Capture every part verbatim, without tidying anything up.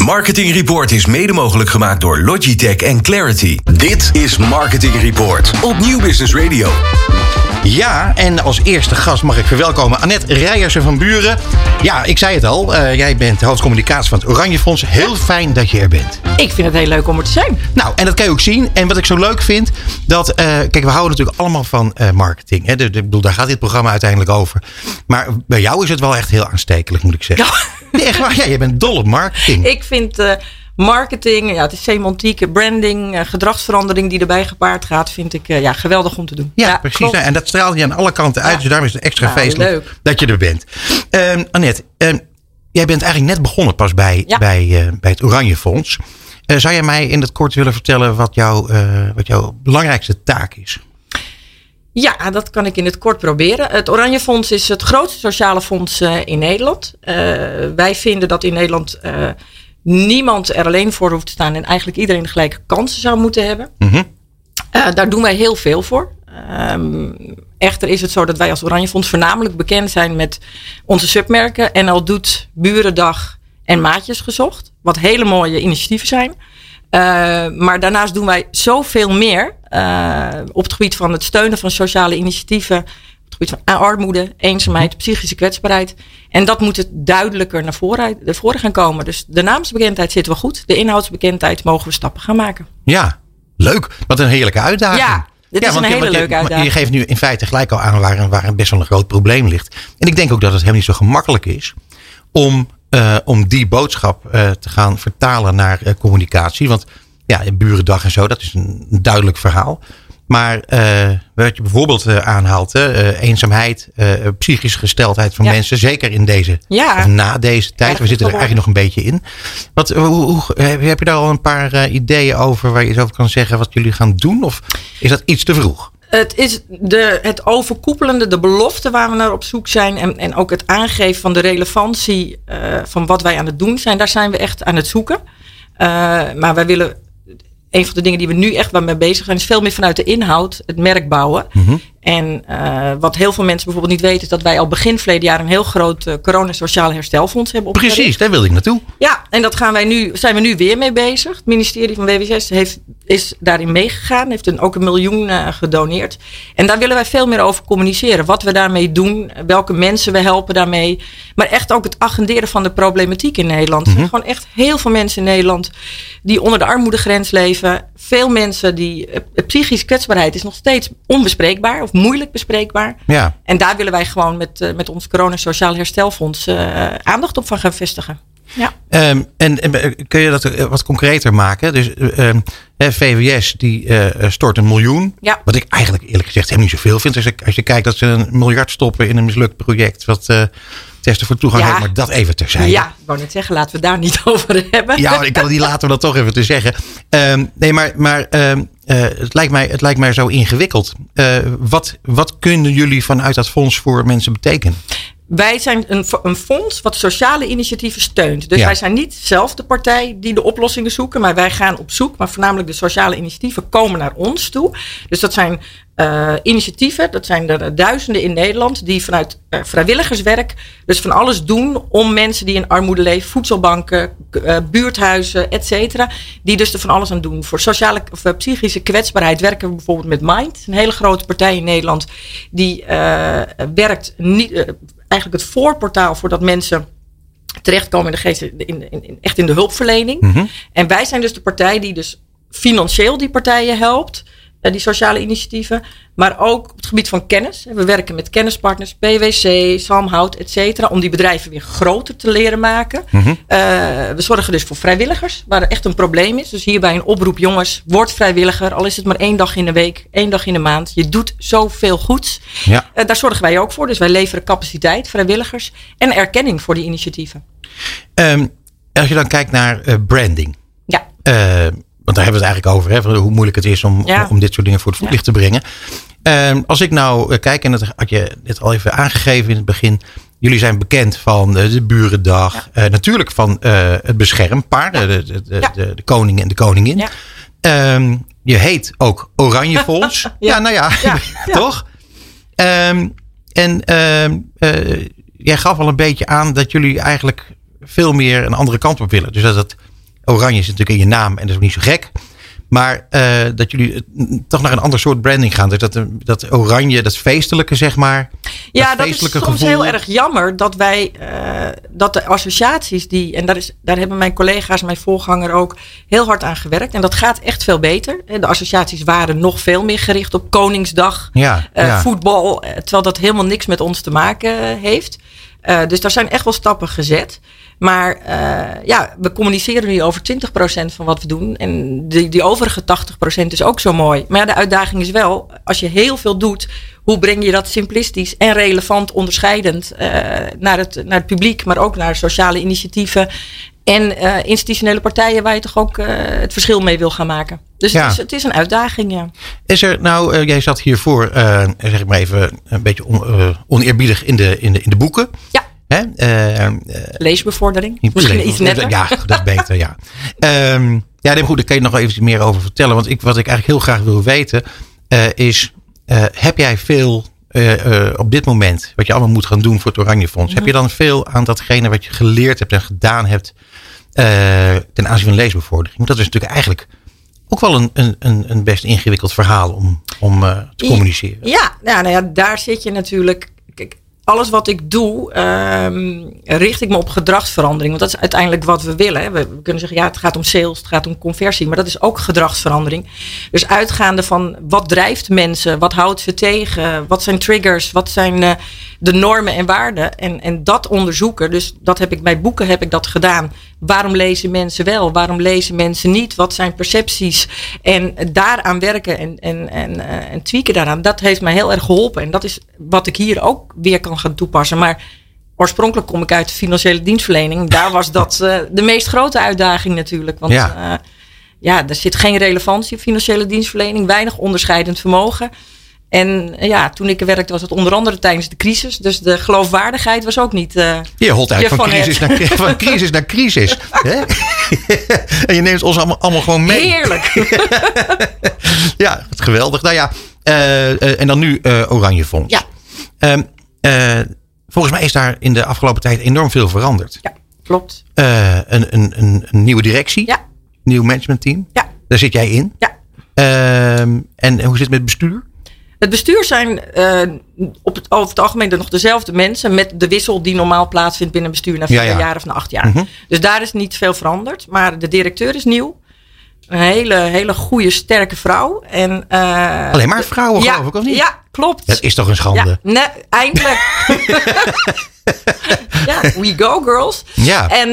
Marketing Report is mede mogelijk gemaakt door Logitech en Clarity. Dit is Marketing Report op Nieuw Business Radio. Ja, en als eerste gast mag ik verwelkomen Annette Rijersen van Buren. Ja, ik zei het al, uh, jij bent hoofdcommunicatie van het Oranje Fonds. Heel fijn dat je er bent. Ik vind het heel leuk om er te zijn. Nou, en dat kan je ook zien. En wat ik zo leuk vind, dat, uh, kijk, we houden natuurlijk allemaal van uh, marketing. Hè? De, de, bedoel, daar gaat dit programma uiteindelijk over. Maar bij jou is het wel echt heel aanstekelijk, moet ik zeggen. Ja. Nee, echt waar, ja, je bent dol op marketing. Ik vind uh, marketing, ja, het is semantiek, branding, uh, gedragsverandering die erbij gepaard gaat, vind ik uh, ja, geweldig om te doen. Ja, ja precies. En dat straalt je aan alle kanten uit. Ja. Dus daarom is het extra ja, feestelijk leuk. Dat je er bent. Um, Annette, um, jij bent eigenlijk net begonnen pas bij, ja. bij, uh, bij het Oranje Fonds. Uh, zou jij mij in het kort willen vertellen wat, jou, uh, wat jouw belangrijkste taak is? Ja, dat kan ik in het kort proberen. Het Oranje Fonds is het grootste sociale fonds uh, in Nederland. Uh, wij vinden dat in Nederland uh, niemand er alleen voor hoeft te staan en eigenlijk iedereen de gelijke kansen zou moeten hebben. Mm-hmm. Uh, daar doen wij heel veel voor. Um, echter is het zo dat wij als Oranje Fonds voornamelijk bekend zijn met onze submerken. N L Doet, Burendag en Maatjes Gezocht. Wat hele mooie initiatieven zijn. Uh, maar daarnaast doen wij zoveel meer uh, op het gebied van het steunen van sociale initiatieven. Op het gebied van armoede, eenzaamheid, psychische kwetsbaarheid. En dat moet het duidelijker naar voren, naar voren gaan komen. Dus de naamsbekendheid zit wel goed. De inhoudsbekendheid mogen we stappen gaan maken. Ja, leuk. Wat een heerlijke uitdaging. Ja, dit ja, is want, een hele want, leuke uitdaging. Je geeft nu in feite gelijk al aan waar, waar best wel een groot probleem ligt. En ik denk ook dat het helemaal niet zo gemakkelijk is om... Uh, om die boodschap uh, te gaan vertalen naar uh, communicatie. Want ja, Burendag en zo, dat is een, een duidelijk verhaal. Maar uh, wat je bijvoorbeeld uh, aanhaalt, uh, eenzaamheid, uh, psychische gesteldheid van ja. mensen. Zeker in deze, ja. of na deze tijd. Ja, we zitten er eigenlijk nog een beetje in. Wat, hoe, hoe, heb je daar al een paar uh, ideeën over waar je zo over kan zeggen wat jullie gaan doen? Of is dat iets te vroeg? Het is de, het overkoepelende, de belofte waar we naar op zoek zijn. En, en ook het aangeven van de relevantie uh, van wat wij aan het doen zijn. Daar zijn we echt aan het zoeken. Uh, maar wij willen... Een van de dingen die we nu echt mee bezig zijn, is veel meer vanuit de inhoud het merk bouwen. Mm-hmm. En uh, wat heel veel mensen bijvoorbeeld niet weten, is dat wij al begin verleden jaar een heel groot uh, corona-sociaal herstelfonds hebben opgericht. Precies, daar wilde ik naartoe. Ja, en dat gaan wij nu, zijn we nu weer mee bezig. Het ministerie van W W S heeft, is daarin meegegaan, heeft een, ook een miljoen uh, gedoneerd. En daar willen wij veel meer over communiceren. Wat we daarmee doen, welke mensen we helpen daarmee. Maar echt ook het agenderen van de problematiek in Nederland. Mm-hmm. Er zijn gewoon echt heel veel mensen in Nederland die onder de armoedegrens leven. Veel mensen die... Uh, psychische kwetsbaarheid is nog steeds onbespreekbaar of moeilijk bespreekbaar. Ja. En daar willen wij gewoon met, uh, met ons Corona Sociaal Herstelfonds uh, aandacht op van gaan vestigen. Ja. Um, en, en kun je dat wat concreter maken? Dus um, V W S die uh, stort een miljoen. Ja. Wat ik eigenlijk eerlijk gezegd helemaal niet zoveel vind. Als je, als je kijkt dat ze een miljard stoppen in een mislukt project. Wat uh, testen voor toegang ja. heeft. Maar dat even terzijde. Ja, ik wou net zeggen, laten we daar niet over hebben. Ja, ik kan die later dat toch even te zeggen. Um, nee, maar, maar um, uh, het, lijkt mij, het lijkt mij zo ingewikkeld. Uh, wat, wat kunnen jullie vanuit dat fonds voor mensen betekenen? Wij zijn een, een fonds wat sociale initiatieven steunt. Dus ja. wij zijn niet zelf de partij die de oplossingen zoeken. Maar wij gaan op zoek. Maar voornamelijk de sociale initiatieven komen naar ons toe. Dus dat zijn uh, initiatieven. Dat zijn er duizenden in Nederland. Die vanuit uh, vrijwilligerswerk dus van alles doen om mensen die in armoede leven. Voedselbanken, uh, buurthuizen, et cetera. Die dus er van alles aan doen. Voor sociale of uh, psychische kwetsbaarheid werken we bijvoorbeeld met Mind. Een hele grote partij in Nederland. Die uh, werkt niet... Uh, eigenlijk het voorportaal voordat mensen terechtkomen in de geest, in, in, in, echt in de hulpverlening. Mm-hmm. En wij zijn dus de partij die dus financieel die partijen helpt, die sociale initiatieven, maar ook op het gebied van kennis. We werken met kennispartners, P W C, Salmhout, et cetera, om die bedrijven weer groter te leren maken. Mm-hmm. Uh, we zorgen dus voor vrijwilligers, waar er echt een probleem is. Dus hierbij een oproep, jongens, word vrijwilliger, al is het maar één dag in de week, één dag in de maand. Je doet zoveel goeds. Ja. Uh, daar zorgen wij ook voor. Dus wij leveren capaciteit, vrijwilligers en erkenning voor die initiatieven. Um, als je dan kijkt naar uh, branding. Ja. Uh, Want daar hebben we het eigenlijk over. Hè, hoe moeilijk het is om, ja. om dit soort dingen voor het voetlicht ja. te brengen. Um, als ik nou uh, kijk, en dat had je dit al even aangegeven in het begin. Jullie zijn bekend van uh, de Burendag. Ja. Uh, natuurlijk van uh, het beschermpaar. Ja. De, de, de, ja. de, de koning en de koningin. Ja. Um, je heet ook Oranje Fonds. ja. ja, nou ja, ja. toch? Um, en um, uh, jij gaf al een beetje aan dat jullie eigenlijk veel meer een andere kant op willen. Dus dat het oranje zit natuurlijk in je naam en dat is ook niet zo gek. Maar uh, dat jullie toch naar een ander soort branding gaan. Dus dat, dat oranje, dat feestelijke zeg maar. Ja, dat, dat is soms gevoel. heel erg jammer dat wij, uh, dat de associaties die, en daar, is, daar hebben mijn collega's, mijn voorganger ook heel hard aan gewerkt. En dat gaat echt veel beter. De associaties waren nog veel meer gericht op Koningsdag, ja, uh, ja. voetbal. Terwijl dat helemaal niks met ons te maken heeft. Uh, dus daar zijn echt wel stappen gezet. Maar uh, ja, we communiceren nu over twintig procent van wat we doen. En die, die overige tachtig procent is ook zo mooi. Maar ja, de uitdaging is wel, als je heel veel doet, hoe breng je dat simplistisch en relevant, onderscheidend uh, naar, het, naar het publiek, maar ook naar sociale initiatieven en uh, institutionele partijen waar je toch ook uh, het verschil mee wil gaan maken. Dus ja. het, is, het is een uitdaging, ja. Is er nou, uh, jij zat hiervoor, uh, zeg ik maar even een beetje on, uh, oneerbiedig in de, in, de, in de boeken. Ja. Hè? Uh, uh, Leesbevordering. Misschien lees, iets netter. Ja, dat is beter, ja. Um, ja, nee, goed, daar kan je nog even meer over vertellen. Want ik, wat ik eigenlijk heel graag wil weten uh, is, uh, heb jij veel uh, uh, op dit moment, wat je allemaal moet gaan doen voor het Oranje Fonds, mm-hmm. heb je dan veel aan datgene wat je geleerd hebt en gedaan hebt uh, ten aanzien van leesbevordering? Want dat is natuurlijk eigenlijk ook wel een, een, een best ingewikkeld verhaal om, om uh, te communiceren. Ja, ja, nou ja, daar zit je natuurlijk. Kijk, alles wat ik doe, um, richt ik me op gedragsverandering. Want dat is uiteindelijk wat we willen. Hè. We, we kunnen zeggen, ja, het gaat om sales, het gaat om conversie. Maar dat is ook gedragsverandering. Dus uitgaande van wat drijft mensen? Wat houdt ze tegen? Wat zijn triggers? Wat zijn uh, de normen en waarden? En, en dat onderzoeken. Dus dat heb ik bij boeken heb ik dat gedaan. Waarom lezen mensen wel? Waarom lezen mensen niet? Wat zijn percepties? En daaraan werken en, en, en, uh, en tweaken daaraan. Dat heeft mij heel erg geholpen. En dat is wat ik hier ook weer kan gaan toepassen. Maar oorspronkelijk kom ik uit de financiële dienstverlening. Daar was dat uh, de meest grote uitdaging natuurlijk. Want ja. Uh, ja, er zit geen relevantie op financiële dienstverlening. Weinig onderscheidend vermogen. En ja, toen ik er werkte was het onder andere tijdens de crisis. Dus de geloofwaardigheid was ook niet... Uh, je holt uit van, van, crisis naar, van crisis naar crisis. Hè? En je neemt ons allemaal, allemaal gewoon mee. Heerlijk. Ja, het geweldig. Nou ja, uh, uh, en dan nu uh, Oranje Fonds. Ja. Um, uh, volgens mij is daar in de afgelopen tijd enorm veel veranderd. Ja, klopt. Uh, een, een, een, een nieuwe directie. Ja. Nieuw managementteam. Ja. Daar zit jij in. Ja. Um, en hoe zit het met het bestuur? Het bestuur zijn uh, op het, over het algemeen nog dezelfde mensen. Met de wissel die normaal plaatsvindt binnen een bestuur na vier ja, ja. jaar of na acht jaar. Mm-hmm. Dus daar is niet veel veranderd. Maar de directeur is nieuw. Een hele, hele goede, sterke vrouw. En, uh, Alleen maar vrouwen ja, geloof ik, of niet? Ja, klopt. Dat is toch een schande? Ja, nee, eindelijk. Ja, we go girls. Ja. En,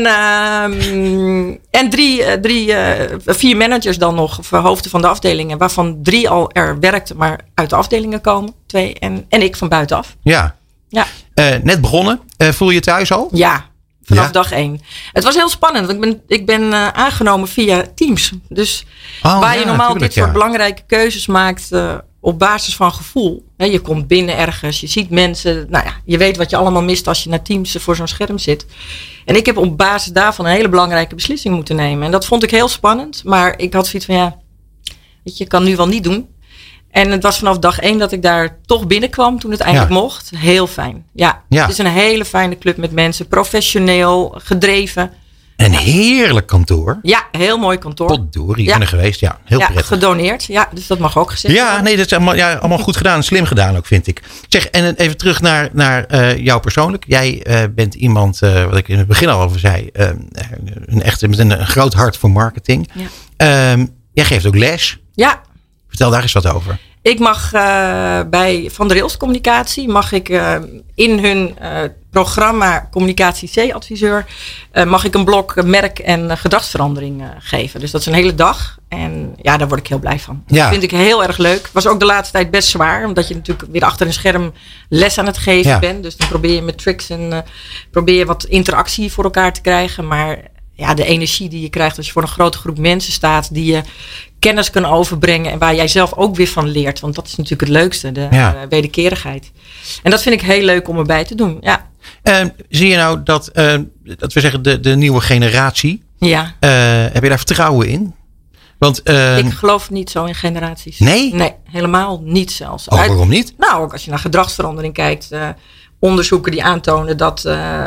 um, en drie, drie, uh, vier managers dan nog, of hoofden van de afdelingen. Waarvan drie al er werkten, maar uit de afdelingen komen. Twee. En, en ik van buitenaf. Ja. Ja. Uh, net begonnen. Uh, voel je thuis al? Ja. Vanaf ja. dag één. Het was heel spannend. Want ik ben, ik ben uh, aangenomen via Teams. Dus oh, waar ja, je normaal tuurlijk, dit soort ja. belangrijke keuzes maakt uh, op basis van gevoel. He, je komt binnen ergens, je ziet mensen. Nou ja, je weet wat je allemaal mist als je naar Teams voor zo'n scherm zit. En ik heb op basis daarvan een hele belangrijke beslissing moeten nemen. En dat vond ik heel spannend. Maar ik had zoiets van ja, weet je, ik kan nu wel niet doen. En het was vanaf dag één dat ik daar toch binnenkwam toen het eindelijk ja. mocht. Heel fijn. Ja, ja, het is een hele fijne club met mensen. Professioneel, gedreven. Een heerlijk kantoor. Ja, heel mooi kantoor. Potdorie, ik ja. ben er geweest. Ja, heel ja, prettig. Gedoneerd. Ja, dus dat mag ook gezegd ja, worden. Nee, dat is allemaal, ja, allemaal goed gedaan. Slim gedaan ook, vind ik. Zeg, en even terug naar, naar uh, jou persoonlijk. Jij uh, bent iemand, uh, wat ik in het begin al over zei. Uh, een echte, met een, een groot hart voor marketing. Ja. Um, jij geeft ook les. Ja. Vertel daar eens wat over. Ik mag uh, bij Van der Rails Communicatie mag ik uh, in hun uh, programma Communicatie C-adviseur uh, mag ik een blok merk- en uh, gedragsverandering uh, geven. Dus dat is een hele dag. En ja, daar word ik heel blij van. Ja. Dat vind ik heel erg leuk. Was ook de laatste tijd best zwaar. Omdat je natuurlijk weer achter een scherm les aan het geven ja. bent. Dus dan probeer je met tricks en uh, probeer je wat interactie voor elkaar te krijgen. Maar ja, de energie die je krijgt als je voor een grote groep mensen staat. Die je kennis kan overbrengen. En waar jij zelf ook weer van leert. Want dat is natuurlijk het leukste. De ja. uh, wederkerigheid. En dat vind ik heel leuk om erbij te doen. Ja. Uh, zie je nou dat, uh, dat we zeggen de, de nieuwe generatie. Ja. Uh, heb je daar vertrouwen in? Want, uh, ik geloof niet zo in generaties. Nee? Nee, helemaal niet zelfs. Oh, waarom niet? Nou, ook als je naar gedragsverandering kijkt. Uh, onderzoeken die aantonen dat uh,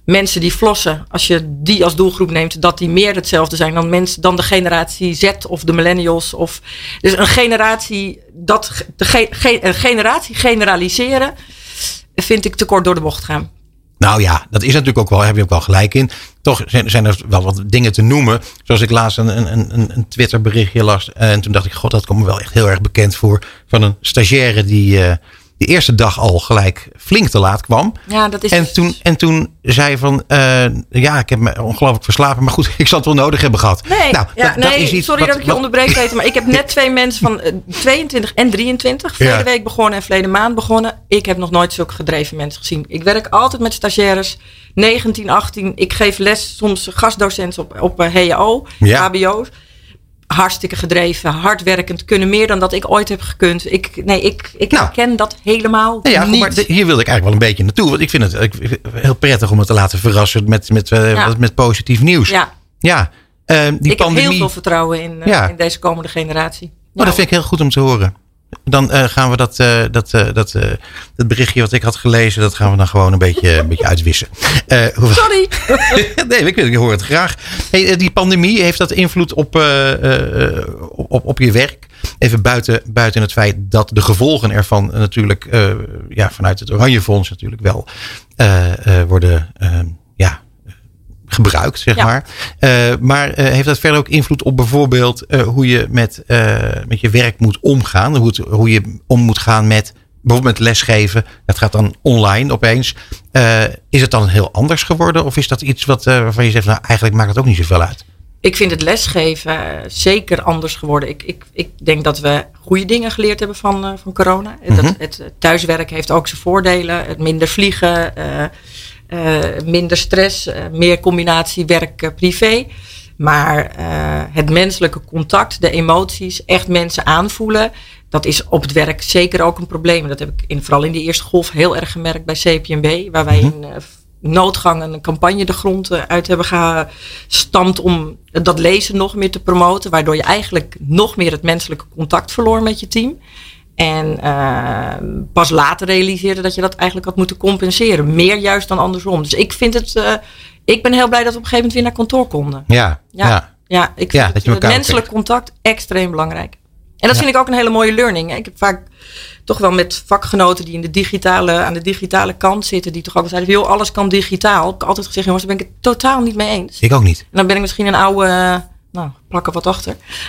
mensen die flossen, als je die als doelgroep neemt, dat die meer hetzelfde zijn dan mensen, dan de generatie Z of de millennials. Of, dus een generatie, dat, de ge, ge, een generatie generaliseren, vind ik te kort door de bocht gaan. Nou ja, dat is natuurlijk ook wel, heb je ook wel gelijk in. Toch zijn, zijn er wel wat dingen te noemen. Zoals ik laatst een, een, een, een Twitter berichtje las. En toen dacht ik, god, dat komt me wel echt heel erg bekend voor. Van een stagiaire die uh, de eerste dag al gelijk flink te laat kwam. Ja, dat is en, toen, en toen zei van, uh, ja, ik heb me ongelooflijk verslapen. Maar goed, ik zal het wel nodig hebben gehad. Nee, nou, ja, dat, nee dat is iets sorry wat, dat ik je wat, onderbreek, Peter. Maar ik heb net twee mensen van uh, tweeëntwintig en drieëntwintig. Verleden ja. week begonnen en verleden maand begonnen. Ik heb nog nooit zulke gedreven mensen gezien. Ik werk altijd met stagiaires. negentien, achttien. Ik geef les, soms gastdocent op, op H J O, ja. H B O's. Hartstikke gedreven, hardwerkend, kunnen meer dan dat ik ooit heb gekund. Ik, nee, ik, ik nou, herken dat helemaal nou ja, niet. Maar de, hier wilde ik eigenlijk wel een beetje naartoe. Want ik vind het ik, heel prettig om het te laten verrassen met, met, uh, ja. met positief nieuws. Ja, ja uh, die ik pandemie, heb heel veel vertrouwen in, uh, ja. in deze komende generatie. Oh, nou. Dat vind ik heel goed om te horen. Dan uh, gaan we dat, uh, dat, uh, dat, uh, dat berichtje wat ik had gelezen, dat gaan we dan gewoon een beetje, een beetje uitwissen. Uh, hoeveel... Sorry. nee, ik, ik hoor het graag. Hey, die pandemie, heeft dat invloed op, uh, uh, op, op je werk? Even buiten, buiten het feit dat de gevolgen ervan natuurlijk uh, ja, vanuit het Oranje Fonds natuurlijk wel uh, uh, worden uh, ja, gebruikt, zeg ja. maar. Uh, maar uh, heeft dat verder ook invloed op bijvoorbeeld uh, hoe je met, uh, met je werk moet omgaan? Hoe, het, hoe je om moet gaan met bijvoorbeeld met lesgeven? Dat gaat dan online opeens. Uh, is het dan heel anders geworden? Of is dat iets wat, uh, waarvan je zegt, nou eigenlijk maakt het ook niet zoveel uit? Ik vind het lesgeven zeker anders geworden. Ik, ik, ik denk dat we goede dingen geleerd hebben van, uh, van corona. Mm-hmm. Dat, het thuiswerk heeft ook zijn voordelen. Het minder vliegen, uh, uh, minder stress, uh, meer combinatie werk-privé. Maar uh, het menselijke contact, de emoties, echt mensen aanvoelen, dat is op het werk zeker ook een probleem. Dat heb ik in, vooral in die eerste golf heel erg gemerkt bij C P N B. Waar wij mm-hmm. in uh, noodgang een campagne de grond uit hebben gestampt om dat lezen nog meer te promoten. Waardoor je eigenlijk nog meer het menselijke contact verloor met je team. En uh, pas later realiseerde dat je dat eigenlijk had moeten compenseren. Meer juist dan andersom. Dus ik vind het, uh, ik ben heel blij dat we op een gegeven moment weer naar kantoor konden. Ja, ja. ja. ja ik vind ja, het, het menselijk contact extreem belangrijk. En dat ja. vind ik ook een hele mooie learning. Ik heb vaak toch wel met vakgenoten die in de digitale, aan de digitale kant zitten, die toch ook zeiden, joh, alles kan digitaal. Ik heb altijd gezegd, jongens, daar ben ik het totaal niet mee eens. Ik ook niet. En dan ben ik misschien een oude, nou, plak er wat achter.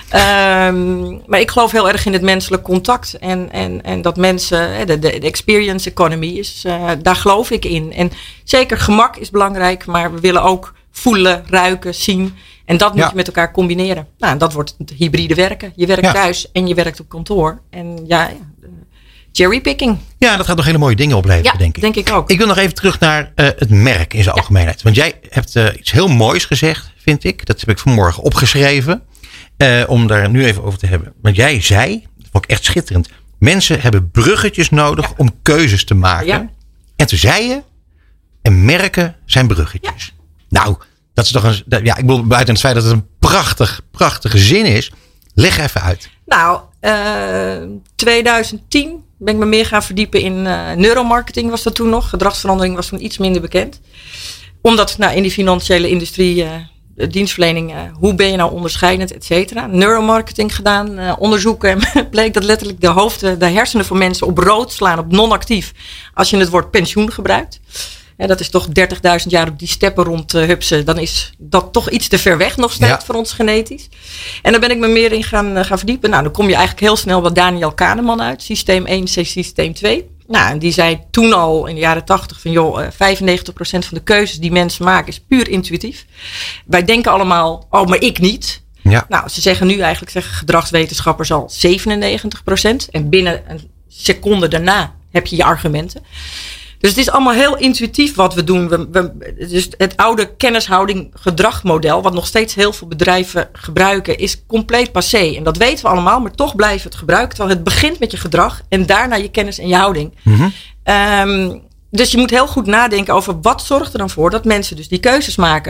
Um, maar ik geloof heel erg in het menselijk contact. En, en, en dat mensen, de, de experience economy, is, uh, daar geloof ik in. En zeker gemak is belangrijk, maar we willen ook voelen, ruiken, zien. En dat moet ja. je met elkaar combineren. Nou, dat wordt het hybride werken. Je werkt ja. thuis en je werkt op kantoor. En ja, ja cherrypicking. Ja, dat gaat nog hele mooie dingen opleveren, ja, denk ik. denk ik ook. Ik wil nog even terug naar uh, het merk in zijn ja. algemeenheid. Want jij hebt uh, iets heel moois gezegd, vind ik. Dat heb ik vanmorgen opgeschreven. Uh, om daar nu even over te hebben. Want jij zei, dat vond ik echt schitterend. Mensen hebben bruggetjes nodig ja. om keuzes te maken. Ja. En toen zei je, en merken zijn bruggetjes. Ja. Nou, dat is toch een, ja, ik bedoel, buiten het feit dat het een prachtig, prachtige zin is. Leg even uit. Nou, uh, twintig tien ben ik me meer gaan verdiepen in uh, neuromarketing was dat toen nog. Gedragsverandering was toen iets minder bekend. Omdat nou, in die financiële industrie, uh, de dienstverlening, uh, hoe ben je nou onderscheidend, et cetera. Neuromarketing gedaan, uh, onderzoeken. En bleek dat letterlijk de hoofden, de hersenen van mensen op rood slaan, op non-actief. Als je het woord pensioen gebruikt. Ja, dat is toch dertigduizend jaar op die steppen rond uh, hupsen. Dan is dat toch iets te ver weg nog steeds ja. voor ons genetisch. En daar ben ik me meer in gaan, uh, gaan verdiepen. Nou, dan kom je eigenlijk heel snel bij Daniel Kahneman uit. Systeem één, systeem twee. Nou, en die zei toen al in de jaren tachtig van joh, uh, vijfennegentig procent van de keuzes die mensen maken is puur intuïtief. Wij denken allemaal, oh, maar ik niet. Ja. Nou, ze zeggen nu eigenlijk, zeggen gedragswetenschappers al zevenennegentig procent. En binnen een seconde daarna heb je je argumenten. Dus het is allemaal heel intuïtief wat we doen. We, we, dus het oude kennishouding gedragmodel, wat nog steeds heel veel bedrijven gebruiken, is compleet passé. En dat weten we allemaal, maar toch blijven we het gebruiken. Terwijl het begint met je gedrag en daarna je kennis en je houding. Mm-hmm. Um, dus je moet heel goed nadenken over wat zorgt er dan voor dat mensen dus die keuzes maken.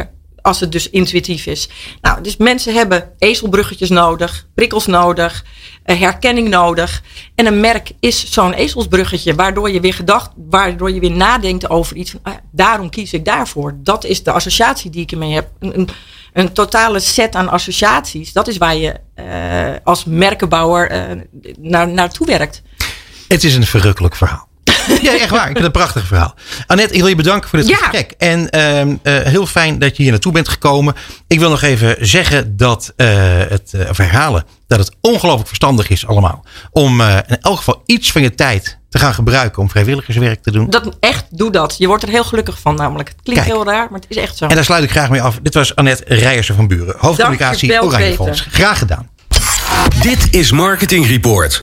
als het dus intuïtief is. Nou, dus mensen hebben ezelbruggetjes nodig, prikkels nodig, herkenning nodig. En een merk is zo'n ezelsbruggetje, waardoor je weer gedacht, waardoor je weer nadenkt over iets van, ah, daarom kies ik daarvoor. Dat is de associatie die ik ermee heb. Een, een, een totale set aan associaties. Dat is waar je uh, als merkenbouwer uh, naar, naartoe werkt. Het is een verrukkelijk verhaal. Ja, echt waar. Ik vind het een prachtig verhaal. Annette, ik wil je bedanken voor dit ja. gesprek. En uh, uh, heel fijn dat je hier naartoe bent gekomen. Ik wil nog even zeggen dat uh, het uh, verhalen dat het ongelooflijk verstandig is allemaal. Om uh, in elk geval iets van je tijd te gaan gebruiken om vrijwilligerswerk te doen. Dat echt, doe dat. Je wordt er heel gelukkig van namelijk. Het klinkt Kijk. heel raar, maar het is echt zo. En daar sluit ik graag mee af. Dit was Annette Rijersen van Buren. Hoofdcommunicatie Oranje Fonds. Graag gedaan. Dit is Marketing Report.